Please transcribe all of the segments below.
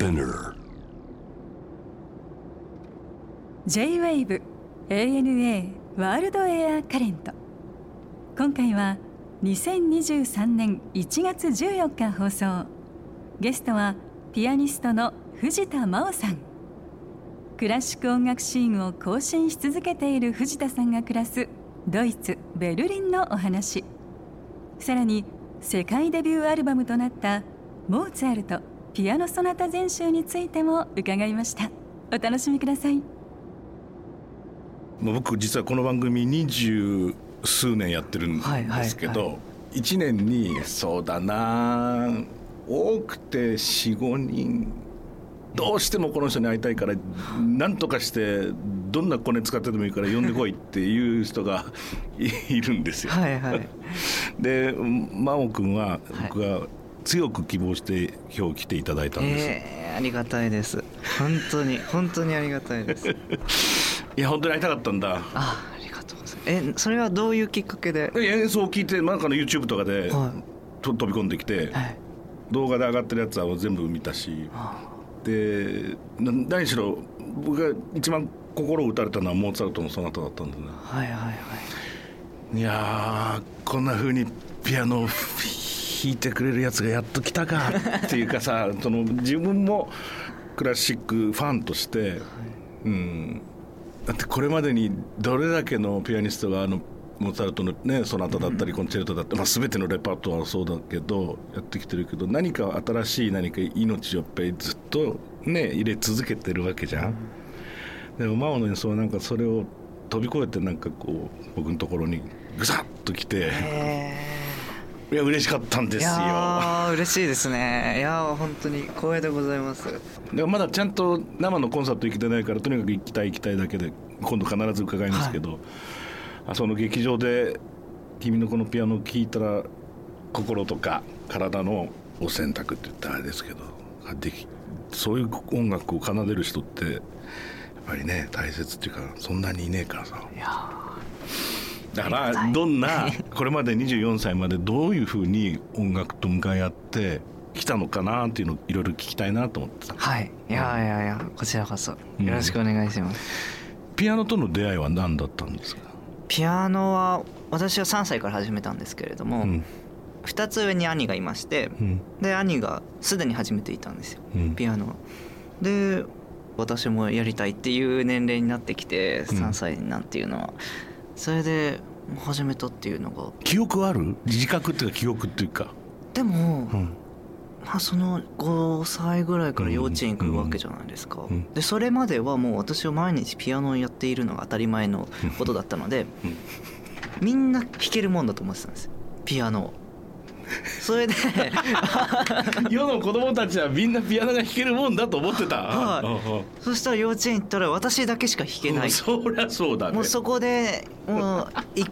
Spinner J-WAVE ANA ワールドエアカレント。今回は2023年1月14日放送。ゲストはピアニストの藤田真央さん。クラシック音楽シーンを更新し続けている藤田さんが暮らすドイツ・ベルリンのお話。さらに世界デビューアルバムとなったモーツァルトピアノソナタ全集についても伺いました。お楽しみください。 僕実はこの番組20数年やってるんですけど、1年にそうだな多くて 4,5 人どうしてもこの人に会いたいから何とかしてどんなコネ使ってでもいいから呼んでこいっていう人がいるんですよ。 はいはい。 で真央君は僕が強く希望して今日来ていただいたんです。 ありがたいです。本当にありがたいです。 いや本当に会いたかったんだ。 ありがとうございます。それはどういうきっかけで？ 演奏を聞いてなんかの YouTube とかで、飛び込んできて、動画で上がってるやつは全部見たし、で何しろ僕が一番心を打たれたのはモーツァルトのソナタだったんですね。いやこんな風にピアノを弾いてくれるやつがやっと来たかっていうかさその自分もクラシックファンとして、だってこれまでにどれだけのピアニストがモーツァルトの、ね、ソナタだったりコンチェルトだったり、全てのレパートはそうだけどやってきてるけど何か新しい何か命をやっぱりずっと、入れ続けてるわけじゃん。でも真央の演奏はなんかそれを飛び越えてなんかこう僕のところにぐさっと来ていや嬉しかったんですよ。いや嬉しいですね。いや本当に光栄でございます。 でもまだちゃんと生のコンサート行けてないからとにかく行きたいだけで今度必ず伺いますけど、その劇場で君のこのピアノを聴いたら心とか体のお選択って言ったらあれですけどそういう音楽を奏でる人ってやっぱりね大切っていうかそんなにいねえからさ。だからどんなこれまで24歳までどういうふうに音楽と向かい合ってきたのかなっていうのをいろいろ聞きたいなと思ってた。 いやこちらこそよろしくお願いします。 ピアノとの出会いは何だったんですか？ ピアノは私は3歳から始めたんですけれども、2つ上に兄がいまして、で兄がすでに始めていたんですよ、ピアノで私もやりたいっていう年齢になってきて3歳なんていうのは、それで始めたっていうのが記憶ある？自覚っていうか記憶っていうかでも、その5歳ぐらいから幼稚園行くわけじゃないですか、でそれまではもう私は毎日ピアノをやっているのが当たり前のことだったので、みんな弾けるもんだと思ってたんですよピアノを。それで世の子供たちはみんなピアノが弾けるもんだと思ってた。 そしたら幼稚園行ったら私だけしか弾けない、 そりゃそうだね。 もうそこでもう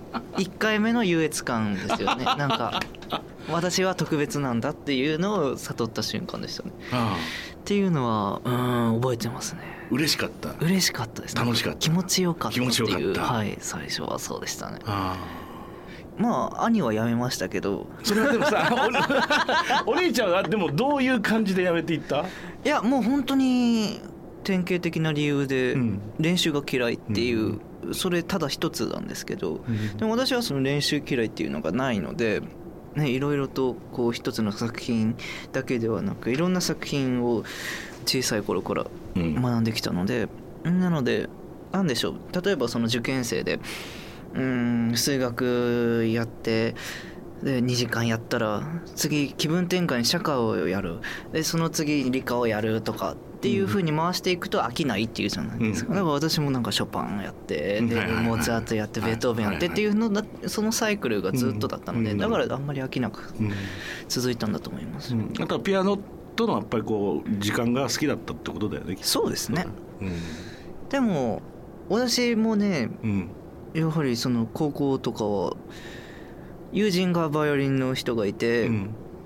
1回目の優越感ですよね。なんか私は特別なんだっていうのを悟った瞬間でしたね。っていうのは覚えてますね。 嬉しかった。 嬉しかったですね。 楽しかった。 気持ちよかったっていう。 気持ちよかった。 最初はそうでしたね。兄は辞めましたけど。 それはでもさお兄ちゃんはでもどういう感じで辞めていった？ いやもう本当に典型的な理由で練習が嫌いっていう、それただ一つなんですけど、でも私はその練習嫌いっていうのがないので、いろいろとこう一つの作品だけではなくいろんな作品を小さい頃から学んできたので、なのでなんでしょう、例えばその受験生で数学やってで2時間やったら次気分転換に社会をやる、でその次理科をやるとかっていう風に回していくと飽きないっていうじゃないですか。だから私もなんかショパンやってでモーツァルトやってベートーベンやってっていうのそのサイクルがずっとだったので、だからあんまり飽きなく続いたんだと思います。 あとはピアノとのやっぱりこう時間が好きだったってことだよね。 そうですね、でも私もね、やはりその高校とかは友人がバイオリンの人がいて、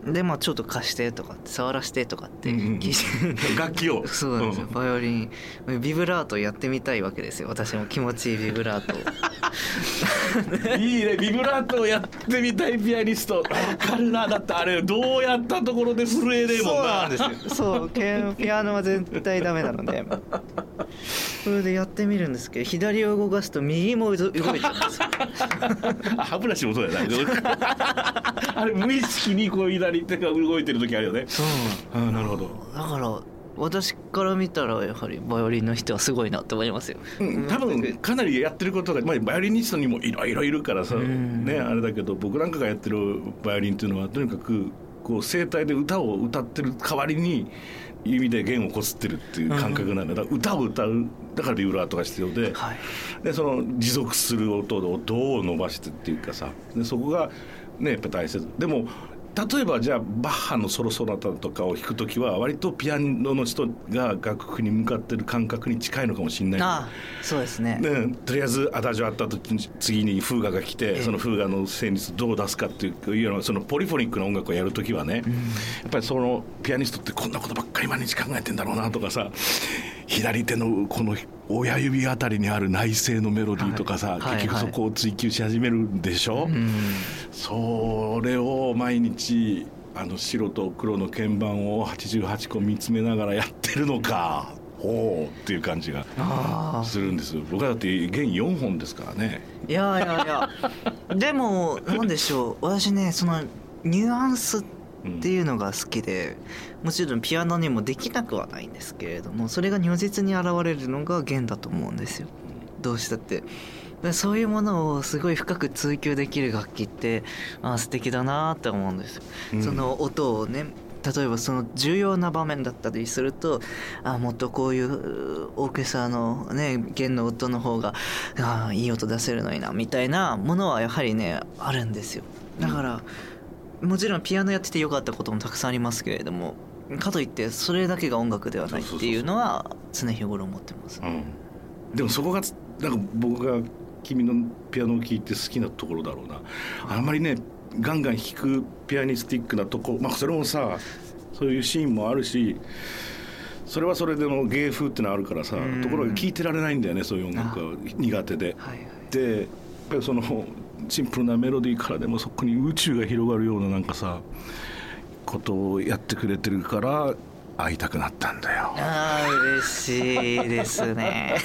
でまあちょっと貸してとか触らせてとかって聞いて、 楽器をそうなんですよ、バイオリンビブラートやってみたいわけですよ。私も気持ちいいビブラートいいね、ビブラートをやってみたいピアニスト。分かるな。だってあれどうやったところで震えねえもんな。 そうなんですよ。そうピアノは絶対ダメなのでそれでやってみるんですけど、左を動かすと右も動いちゃうんですよ歯ブラシもそうやなあれ無意識にこう左手が動いてる時あるよね。 そう、 なるほど。 だから私から見たらやはりバイオリンの人はすごいなって思いますよ、 多分かなりやってることが、まあ、バイオリニストにもいろいろいるからさ、ね、あれだけど僕なんかがやってるバイオリンっていうのはとにかくこう声帯で歌を歌ってる代わりに指で弦をこすってるっていう感覚なんだ。だから歌を歌う、だからビブラートが必要で、 はい、 でその持続する音をどう伸ばしてっていうかさ、でそこがねやっぱ大切。でも例えばじゃあバッハのソロソナタとかを弾くときは割とピアノの人が楽譜に向かってる感覚に近いのかもしれない。 ああそうですね。 とりあえずアダジョあった時に次にフーガが来て、そのフーガの旋律どう出すかっていうようなそのポリフォニックな音楽をやるときはね、やっぱりそのピアニストってこんなことばっかり毎日考えてんだろうなとかさ、左手のこの親指あたりにある内声のメロディーとかさ、結局そこを追求し始めるんでしょ、それを毎日白と黒の鍵盤を88個見つめながらやってるのか、おーっていう感じがするんです。僕はだって弦4本ですからね。 いやでもなんでしょう、私ねそのニュアンスっていうのが好きで、もちろんピアノにもできなくはないんですけれども、それが如実に現れるのが弦だと思うんですよ、どうしたって。そういうものをすごい深く追求できる楽器って素敵だなって思うんですよ、その音をね、例えばその重要な場面だったりすると、もっとこういうオーケストラのね弦の音の方がいい音出せるのになみたいなものはやはりねあるんですよ。だから、もちろんピアノやっててよかったこともたくさんありますけれども、かといってそれだけが音楽ではないっていうのは常日頃思ってます、 でもそこがなんか僕が君のピアノを聴いて好きなところだろうな。あんまりねガンガン弾くピアニスティックなとこ、それもさそういうシーンもあるし、それはそれでの芸風ってのあるからさ、ところが聴いてられないんだよね、そういう音楽は苦手で、でやっぱりそのシンプルなメロディーからでもそこに宇宙が広がるようななんかさことをやってくれてるから会いたくなったんだよ。 嬉しいですね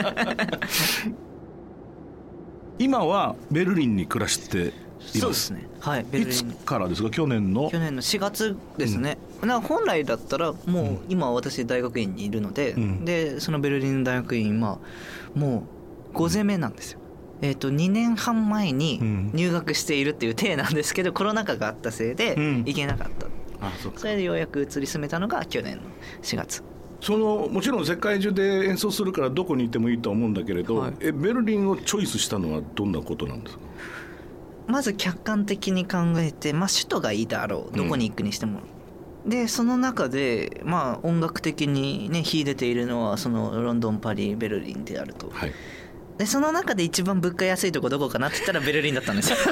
今はベルリンに暮らしています。 そうですね、はい、ベルリン。 いつからですか？去年の 4月ですね、本来だったらもう今私大学院にいるので、でそのベルリンの大学院はもう5年目なんですよ。2年半前に入学しているっていう体なんですけど、コロナ禍があったせいで行けなかった、それでようやく移り住めたのが去年の4月。 もちろん世界中で演奏するからどこにいてもいいと思うんだけれど、ベルリンをチョイスしたのはどんなことなんですか？ まず客観的に考えて、首都がいいだろう、どこに行くにしても、でその中で音楽的にね秀でているのはそのロンドン、パリ、ベルリンであると、でその中で一番物価安いとこどこかなって言ったらベルリンだったんですよ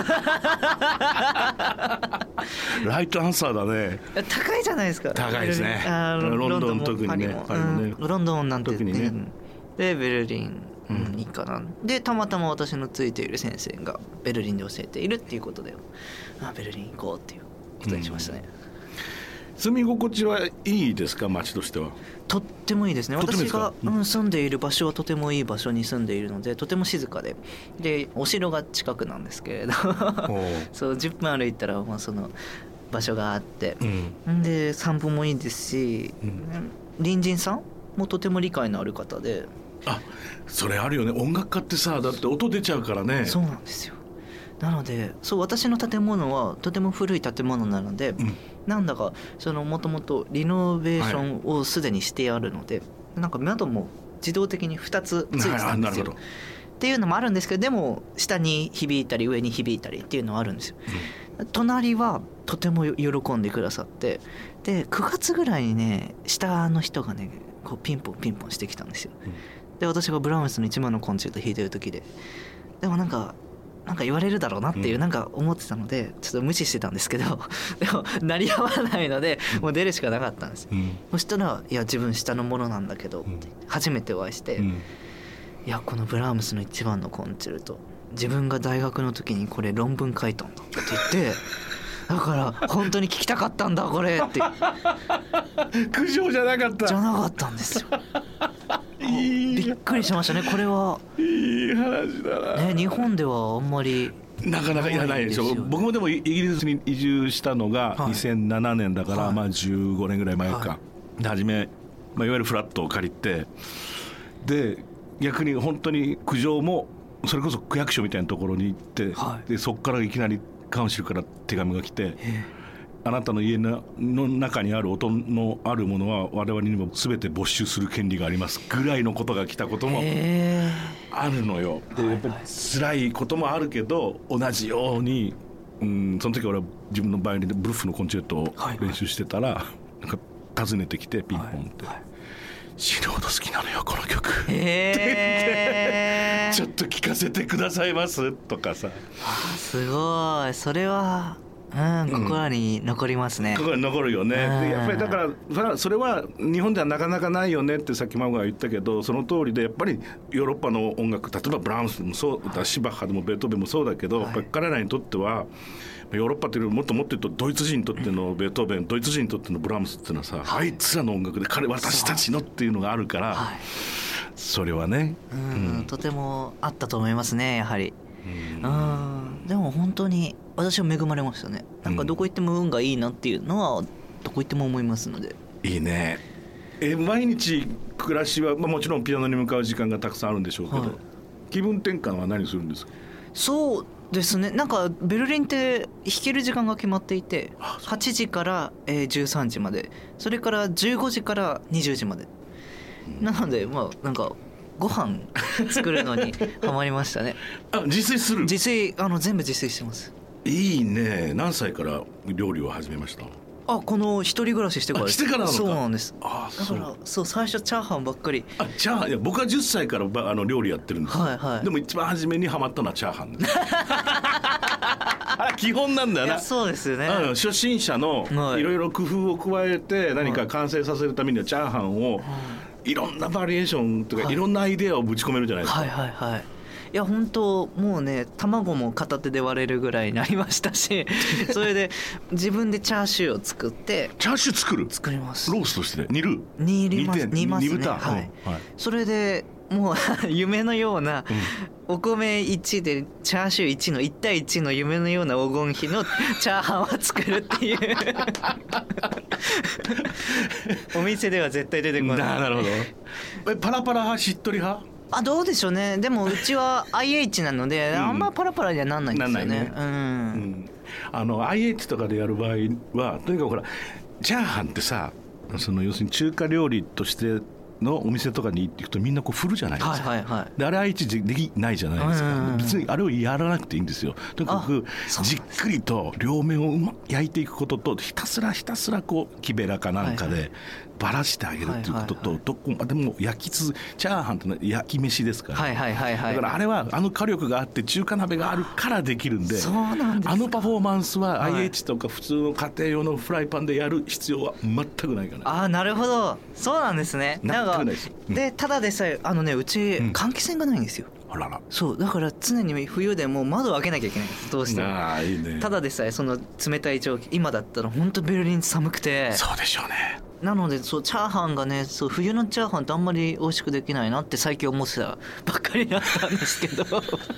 ライトアンサーだね。 高いじゃないですか。 高いですね。ロンドン特にね、 ロンドンなんて特にね。 でベルリンいいかな、でたまたま私のついている先生がベルリンで教えているっていうことで、ベルリン行こうっていうことにしましたね。 住み心地はいいですか？街としてはとってもいいですね。私が住んでいる場所はとてもいい場所に住んでいるので、とても静かで、お城が近くなんですけれどそう10分歩いたらその場所があって、で散歩もいいですし、隣人さんもとても理解のある方で。 それあるよね。音楽家ってさ、だって音出ちゃうからね。 そうなんですよ。なので私の建物はとても古い建物なので、なんだかもともとリノベーションをすでにしてあるので、なんか窓も自動的に2つついてたんですよ。っていうのもあるんですけど、でも下に響いたり上に響いたりっていうのはあるんですよ。隣はとても喜んでくださって、で9月ぐらいにね下の人がねこうピンポンピンポンしてきたんですよ。で私がブラームスの1番のコンチェルト弾いてる時で、でもなんかなんか言われるだろうなっていうなんか思ってたのでちょっと無視してたんですけどでも鳴り合わないのでもう出るしかなかったんです、そしたらいや自分下のものなんだけどって初めてお会いして、いやこのブラームスの一番のコンチェルト自分が大学の時にこれ論文書いたんだって言ってだから本当に聞きたかったんだこれって苦情じゃなかったじゃなかったんですよびっくりしましたね。これはいい話だな、 ね、日本ではあんまりなかなかいらないでしょ。僕もでもイギリスに移住したのが2007年だから、まあ15年ぐらい前か、で初め、いわゆるフラットを借りてで逆に本当に苦情もそれこそ区役所みたいなところに行って、でそこからいきなりカウンシルから手紙が来て、あなたの家の中にある音のあるものは我々にも全て没収する権利がありますぐらいのことが来たこともあるのよ。でやっぱり辛いこともあるけど同じように、その時俺は自分のバイオリンでブルッフのコンチェルトを練習してたら、なんか訪ねてきてピンポンって、死ぬほど好きなのよこの曲って言ってちょっと聴かせてくださいますとかさ。 すごいそれは心に残りますね。 心に残るよね。でやっぱりだからそれは日本ではなかなかないよねってさっきマグが言ったけどその通りでやっぱりヨーロッパの音楽例えばブラームスもそうだしバッハでもベートーベンもそうだけど、やっぱり彼らにとってはヨーロッパっていうよりもっと言うとドイツ人にとってのベートーベンドイツ人にとってのブラームスっていうのはさ、あいつらの音楽で私たちのっていうのがあるから、それはねとてもあったと思いますねやはり。でも本当に私は恵まれましたね。なんかどこ行っても運がいいなっていうのはどこ行っても思いますので。 いいね。毎日暮らしは、もちろんピアノに向かう時間がたくさんあるんでしょうけど、気分転換は何するんですか？ そうですね、なんかベルリンって弾ける時間が決まっていて8時から13時まで、それから15時から20時まで、なのでなんかご飯作るのにハマりましたね。 自炊する？ 自炊全部自炊してます。 いいね。何歳から料理を始めました？ この一人暮らししてからです。 してからなのか。 そうなんです。だから最初チャーハンばっかり。 チャーハン。いや僕は10歳から料理やってるんです。でも一番初めにハマったのはチャーハンです。基本なんだよな。 そうですよね。 初心者のいろいろ工夫を加えて何か完成させるためにはチャーハンをいろんなバリエーションとかいろんなアイデアをぶち込めるじゃないですか。 いや本当もうね卵も片手で割れるぐらいになりましたしそれで自分でチャーシューを作って。 チャーシュー作ります。 ローストして煮る？ 煮ますね。 煮豚。 それでもう夢のようなお米1でチャーシュー1の1対1の夢のような黄金比のチャーハンを作るっていうお店では絶対出てこない。 なるほど。パラパラ派しっとり派？ どうでしょうね。でもうちは IH なのであんまパラパラにはなんないんですよね。 IH とかでやる場合はとにかくほらチャーハンってさ、要するに中華料理としてのお店とかに行っていくとみんなこう振るじゃないですか。であれ IH できないじゃないですか。別にあれをやらなくていいんですよ。とにかくじっくりと両面を焼いていくこととひたすらこう木べらかなんかでばらしてあげるっていうことと、どこまでもチャーハンってのは焼き飯ですから、だからあれは火力があって中華鍋があるからできるんで、パフォーマンスは IH とか普通の家庭用のフライパンでやる必要は全くないから。 なるほど、そうなんですね。でただでさえうち換気扇がないんですよ。そうだから常に冬でも窓を開けなきゃいけないんです。どうしてもただでさえその冷たい蒸気、今だったら本当ベルリン寒くて。 そうでしょうね。 なのでチャーハンがね、冬のチャーハンってあんまり美味しくできないなって最近思ってたばっかりだったんですけど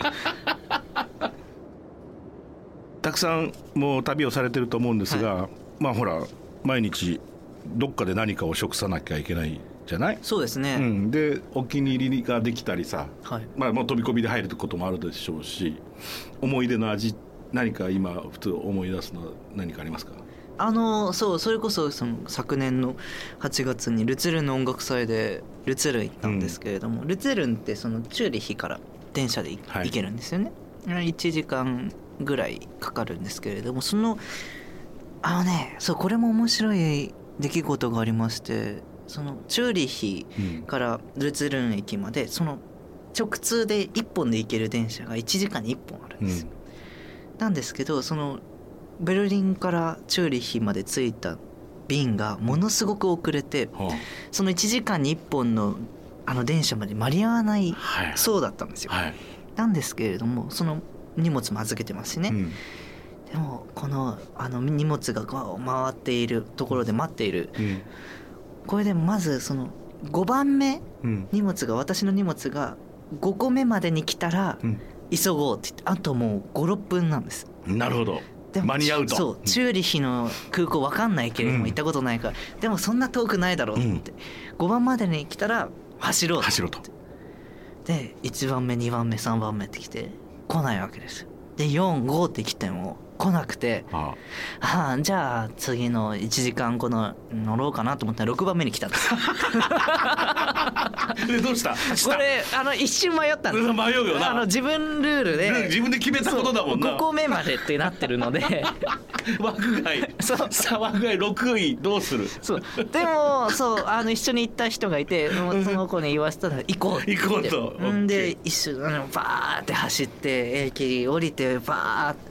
たくさんもう旅をされてると思うんですが、ほら毎日どっかで何かを食さなきゃいけないじゃない。 そうですね、 でお気に入りができたりさ、もう飛び込みで入ることもあるでしょうし、思い出の味何か今普通思い出すのは何かありますか？ それこそ昨年の8月にルツェルンの音楽祭でルツェルン行ったんですけれども、ルツェルンってチューリヒから電車で行けるんですよね。1時間ぐらいかかるんですけれども、これも面白い出来事がありまして、チューリヒからルツェルン駅まで直通で1本で行ける電車が1時間に1本あるんですよ、なんですけどそのベルリンからチューリッヒまで着いた便がものすごく遅れて、その1時間に1本の電車まで間に合わないそうだったんですよ、なんですけれどもその荷物も預けてますしね、でもこの荷物が回っているところで待っている、これでまずその5番目、私の荷物が5個目までに来たら急ごうって言って、あともう 5,6 分なんです。 なるほど、間に合うと。 そう、チューリッヒの空港分かんないけれども行ったことないから、でもそんな遠くないだろうって、5番までに来たら走ろうと。で1番目2番目3番目って来て来ないわけです。で4、5って来ても来なくて、じゃあ次の1時間後の乗ろうかなと思ったら6番目に来たんですでどうした？ これ一瞬迷ったんです。 迷うよな。 自分ルールで自分で決めたことだもんな。 5個目までってなってるので枠外さ枠外6位どうする？ そうでもそう一緒に行った人がいて、その子に言わせたら行こうと。で一緒バーって走って駅降りてバーって、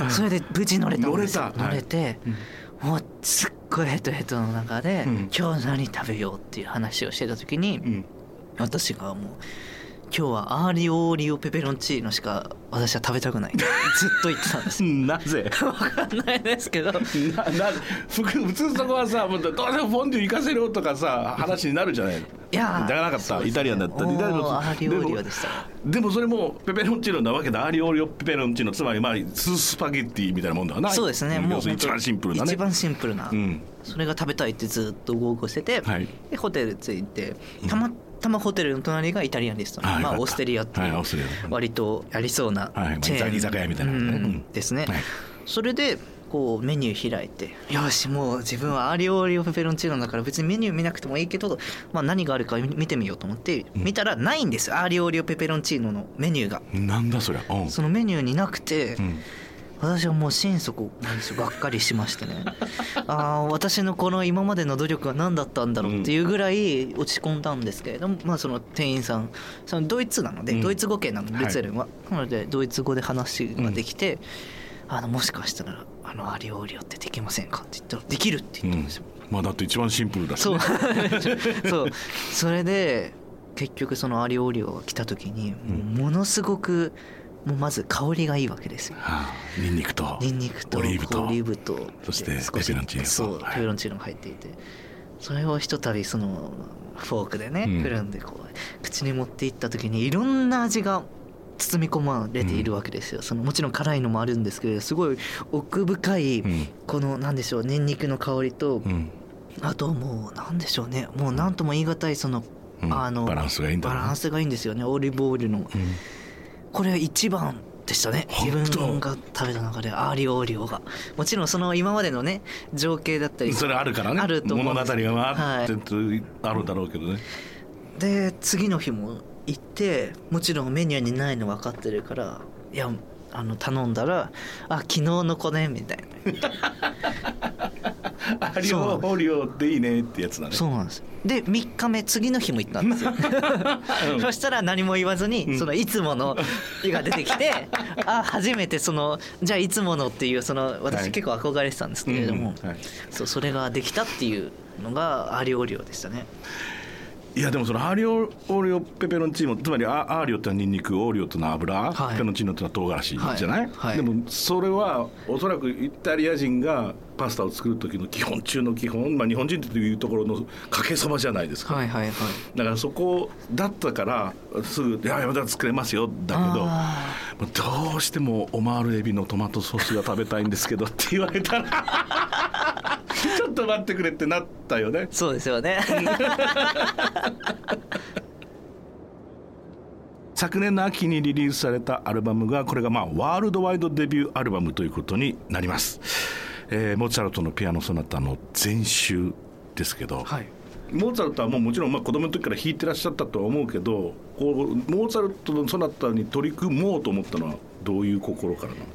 それで無事乗れたんですよ。乗れて、もうすっごいヘトヘトの中で、今日何食べようっていう話をしてた時に、私がもう今日はアーリオーリオペペロンチーノしか私は食べたくないずっと言ってたんですなぜ分かんないですけど普通そこはさ、どうせフォンデュ行かせろとかさ話になるじゃない。いやじゃなかった、イタリアンだった。イタリアンのアーリオーリオでした。 でもそれもペペロンチーノなわけだ。アーリオーリオペペロンチーノ、つまりスパゲッティみたいなもんだな。 そうですね、もう一番シンプルなね。 一番シンプルな、それが食べたいってずっと豪語してて、でホテル着いてたまホテルの隣がイタリアンレストラン、オーステリアっていう割とありそうなチェーン、 居酒屋みたいなですね。それでこうメニュー開いて、よしもう自分はアーリオーリオペペロンチーノだから別にメニュー見なくてもいいけど、何があるか見てみようと思って見たらないんです、アーリオーリオペペロンチーノのメニューが。 なんだそりゃ。 そのメニューになくて、私はもう心底がっかりしましてね私のこの今までの努力は何だったんだろうっていうぐらい落ち込んだんですけれども、その店員さんドイツなので、ドイツ語圏なのでルツェルンは、なのでドイツ語で話ができて、もしかしたらアーリオーリオってできませんかって言ったらできるって言ったんですよ、 だって一番シンプルだしね。 それで結局そのアーリオーリオが来た時にものすごくもうまず香りがいいわけですよ、 ニンニクとオリーブとそしてペペロンチーノ、 ペペロンチーノが入っていて、それをひとたびそのフォークでねくるんでこう口に持っていった時にいろんな味が包み込まれているわけですよ。もちろん辛いのもあるんですけれど、すごい奥深いこのなんでしょう、ニンニクの香りと、あともうなんでしょうね、もう何とも言い難いそのバランスがいいんだね。 バランスがいいんですよね。オリーブオイルのこれは一番でしたね、自分が食べた中で。アーリオーリオがもちろんその今までのね情景だったりそれあるからね、 あると思う物語があってあるんだろうけどね。 で次の日も行って、もちろんメニューにないの分かってるから、いや頼んだら昨日の子ねみたいなアリオーリオでいいねってやつだね。 そうなんです。で3日目次の日も行ったんですよそしたら何も言わずにそのいつものが出てきて初めてじゃあいつものっていう私結構憧れてたんですけれども、それができたっていうのがアーリオーリオでしたね。 いやでもそのアーリオーリオペペロンチーノ、つまりアーリオってのはニンニク、オーリオってのは油、ペペロンチーノってのは唐辛子じゃない、でもそれはおそらくイタリア人がパスタを作る時の基本中の基本、日本人というところのかけそばじゃないですか、だからそこだったからすぐ「いやまだ作れますよ」だけど、どうしてもオマールエビのトマトソースが食べたいんですけどって言われたらちょっと待ってくれってなったよね。 そうですよね昨年の秋にリリースされたアルバムが、これがワールドワイドデビューアルバムということになります。モーツァルトのピアノソナタの全集ですけど、モーツァルトはもちろん子供の時から弾いてらっしゃったとは思うけど、モーツァルトのソナタに取り組もうと思ったのはどういう心からなんですか？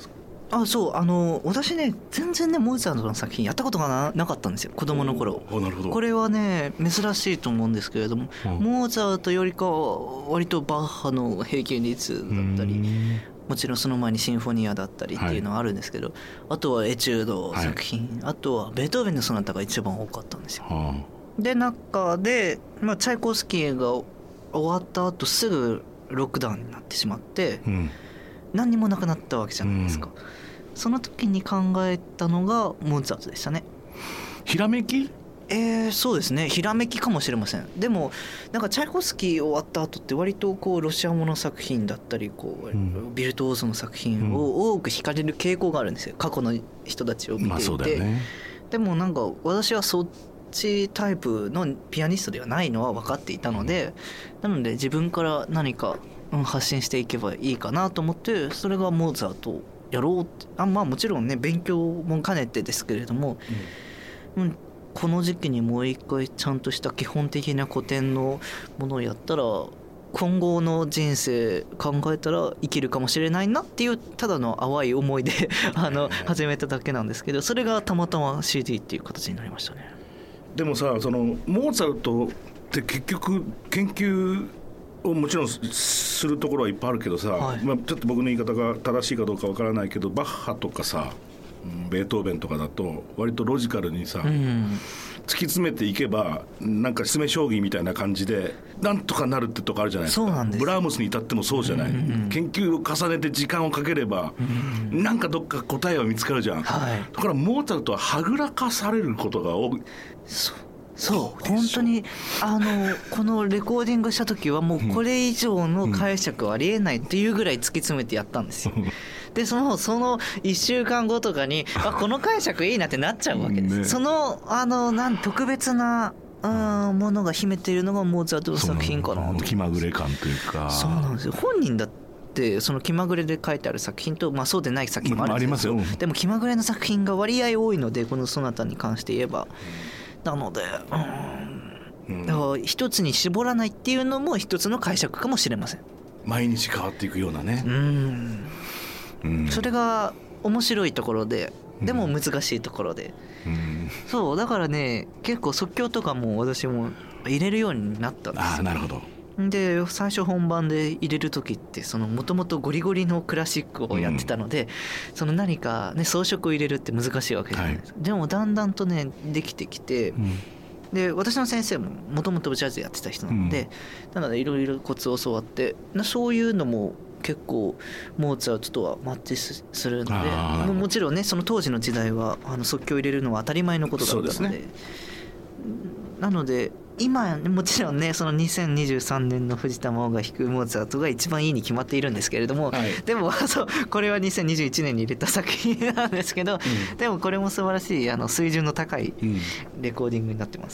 そう私ね全然ねモーツァルトの作品やったことが なかったんですよ子供の頃。 なるほど。 これはね珍しいと思うんですけれども、モーツァルトよりかは割とバッハの平均律だったり、もちろんその前にシンフォニアだったりっていうのはあるんですけど、あとはエチュード作品、あとはベートーベンのソナタが一番多かったんですよ。で中で、チャイコフスキーが終わった後すぐロックダウンになってしまって、何にもなくなったわけじゃないですか。その時に考えたのがモーツァルトでしたね。 ひらめき？ そうですね、ひらめきかもしれません。でもなんかチャイコフスキー終わった後って割とこうロシア語の作品だったりビルトゥオーソの作品を多く惹かれる傾向があるんですよ、過去の人たちを見ていて。 そうだよね。 でもなんか私はそっちタイプのピアニストではないのは分かっていたので、なので自分から何か発信していけばいいかなと思って、それがモーツァルトをやろうって。もちろんね勉強も兼ねてですけれども、この時期にもう一回ちゃんとした基本的な古典のものをやったら今後の人生考えたら生きるかもしれないなっていうただの淡い思いで始めただけなんですけど、それがたまたま CD っていう形になりましたね。 でもさ、そのモーツァルトって結局研究をもちろんするところはいっぱいあるけどさ、ちょっと僕の言い方が正しいかどうかわからないけど、バッハとかさベートーベンとかだと割とロジカルにさ、突き詰めていけばなんか詰将棋みたいな感じでなんとかなるってとこあるじゃないですか。 そうなんです。 ブラームスに至ってもそうじゃない、研究を重ねて時間をかければ、なんかどっか答えは見つかるじゃん、だからモーツァルトははぐらかされることが多い。 そう本当にこのレコーディングした時はもうこれ以上の解釈はありえないっていうぐらい突き詰めてやったんですよ。でその1週間後とかにこの解釈いいなってなっちゃうわけです、その特別なものが秘めているのがモーツァルトの作品かなと。 気まぐれ感というか。 そうなんですよ。本人だってその気まぐれで書いてある作品と、そうでない作品もあるんですよ、でも気まぐれの作品が割合多いので、このソナタに関して言えば。なので、だから一つに絞らないっていうのも一つの解釈かもしれません。 毎日変わっていくようなね。 それが面白いところで、でも難しいところで、そうだからね、結構即興とかも私も入れるようになったんですよ。 なるほど。 で最初本番で入れる時ってもともとゴリゴリのクラシックをやってたので、その何かね装飾を入れるって難しいわけじゃないですか、でもだんだんとねできてきて、で私の先生ももともとジャズやってた人なので、なのでいろいろコツを教わって、そういうのも結構モーツァルトとはマッチするので、もちろんねその当時の時代は即興を入れるのは当たり前のことだったので、なので今もちろんねその2023年の藤田真央が弾くモーツァルトが一番いいに決まっているんですけれども、でもこれは2021年に入れた作品なんですけど、でもこれも素晴らしい水準の高いレコーディングになってます、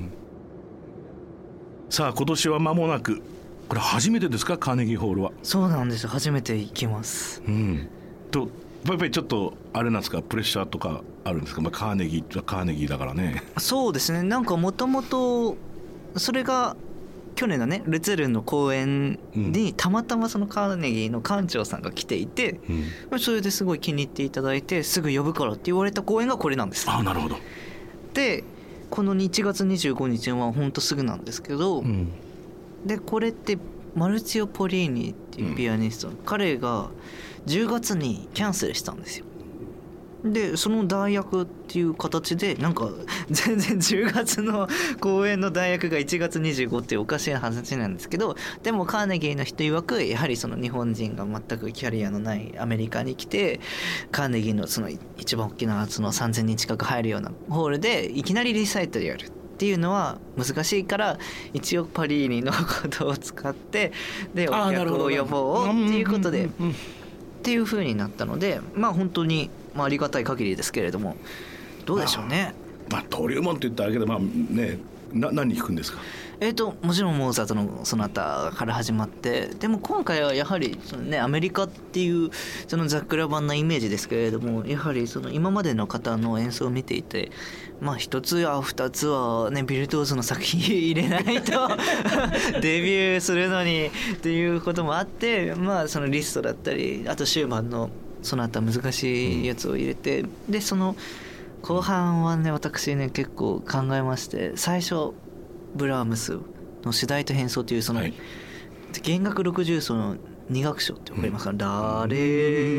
さあ今年は間もなく、これ初めてですか、カーネギーホールは。 そうなんですよ、初めて行きます、 やっぱりちょっとあれなんですか、プレッシャーとかあるんですか。カーネギーはカーネギーだからね。 そうですね、なんかもともとそれが去年のねルツェルンの公演にたまたまそのカーネギーの館長さんが来ていて、それですごい気に入っていただいて、すぐ呼ぶからって言われた公演がこれなんです。 なるほど。 でこの1月25日はほんとすぐなんですけど、でこれってマルチオ・ポリーニっていうピアニスト、彼が10月にキャンセルしたんですよ。でその代役っていう形でなんか全然10月の公演の代役が1月25っていうおかしい話なんですけど、でもカーネギーの人曰くやはりその日本人が全くキャリアのないアメリカに来て、カーネギーのその一番大きなその3000人近く入るようなホールでいきなりリサイタルやるっていうのは難しいから、一応パリーニのことを使ってでお客を呼ぼうっていうことでっていう風になったので、本当にありがたい限りですけれども、どうでしょうね。 登竜門って言ったらあれけど、何弾くんですか。 もちろんモーツァルトのソナタから始まって、でも今回はやはりアメリカっていうそのザックラ版なイメージですけれども、やはりその今までの方の演奏を見ていて、一つや二つはねビルトゥオーソの作品入れないとデビューするのにっていうこともあって、そのリストだったり、あとシューマンのその後難しいやつを入れて、でその後半はね私ね結構考えまして、最初ブラームスの主題と変奏というその、弦楽60奏の2楽章って分かりますか、ラレ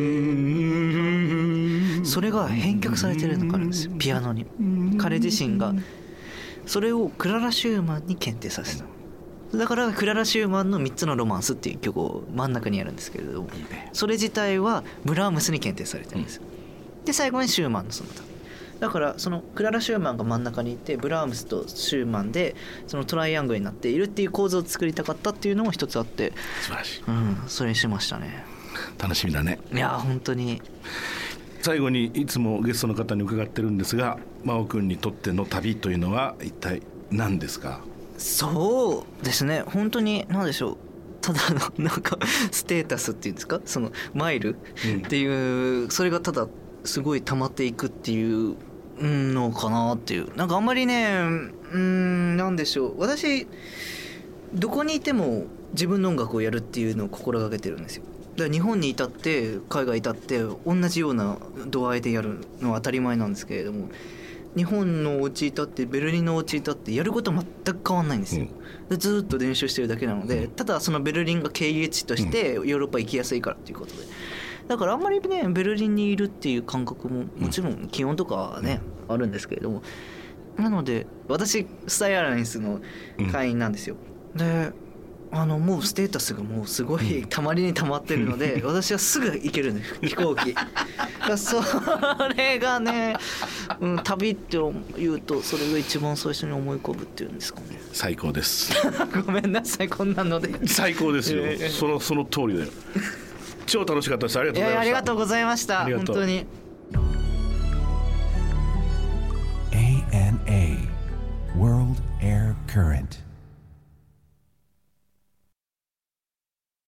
ー、それが編曲されてるのがあるんですよ、ピアノに。彼自身がそれをクララ・シューマンに検定させた。だからクララ・シューマンの3つのロマンスっていう曲を真ん中にやるんですけれども、それ自体はブラームスに検定されてるんですよ。で最後にシューマンのソナタだから、そのクララ・シューマンが真ん中にいてブラームスとシューマンでそのトライアングルになっているっていう構図を作りたかったっていうのも一つあって、 素晴らしい、 それにしましたね。 楽しみだね。 いや本当に。 最後にいつもゲストの方に伺ってるんですが、真央くんにとっての旅というのは一体何ですか？ そうですね、本当に何でしょう、ただのなんかステータスっていうんですか、そのマイルっていう、それがただすごい溜まっていくっていうのかなっていう。なんかあんまりね、なんでしょう、私どこにいても自分の音楽をやるっていうのを心がけてるんですよ。だから日本にいたって海外いたって同じような度合いでやるのは当たり前なんですけれども、日本のお家いたってベルリンのお家いたってやること全く変わんないんですよ、でずっと練習してるだけなので、ただそのベルリンが経由地としてヨーロッパ行きやすいからっていうことで、だからあんまりねベルリンにいるっていう感覚ももちろん気温とかはね、あるんですけれども、なので私スタイアラインスの会員なんですよ、でもうステータスがもうすごいたまりにたまってるので、私はすぐ行けるんです飛行機それがね、旅っていうとそれが一番最初に思い浮かぶっていうんですかね。 最高ですごめんなさいこんなので。 最高ですよその通りだよ。超楽しかったです。ありがとうございました。 ありがとうございました。本当に。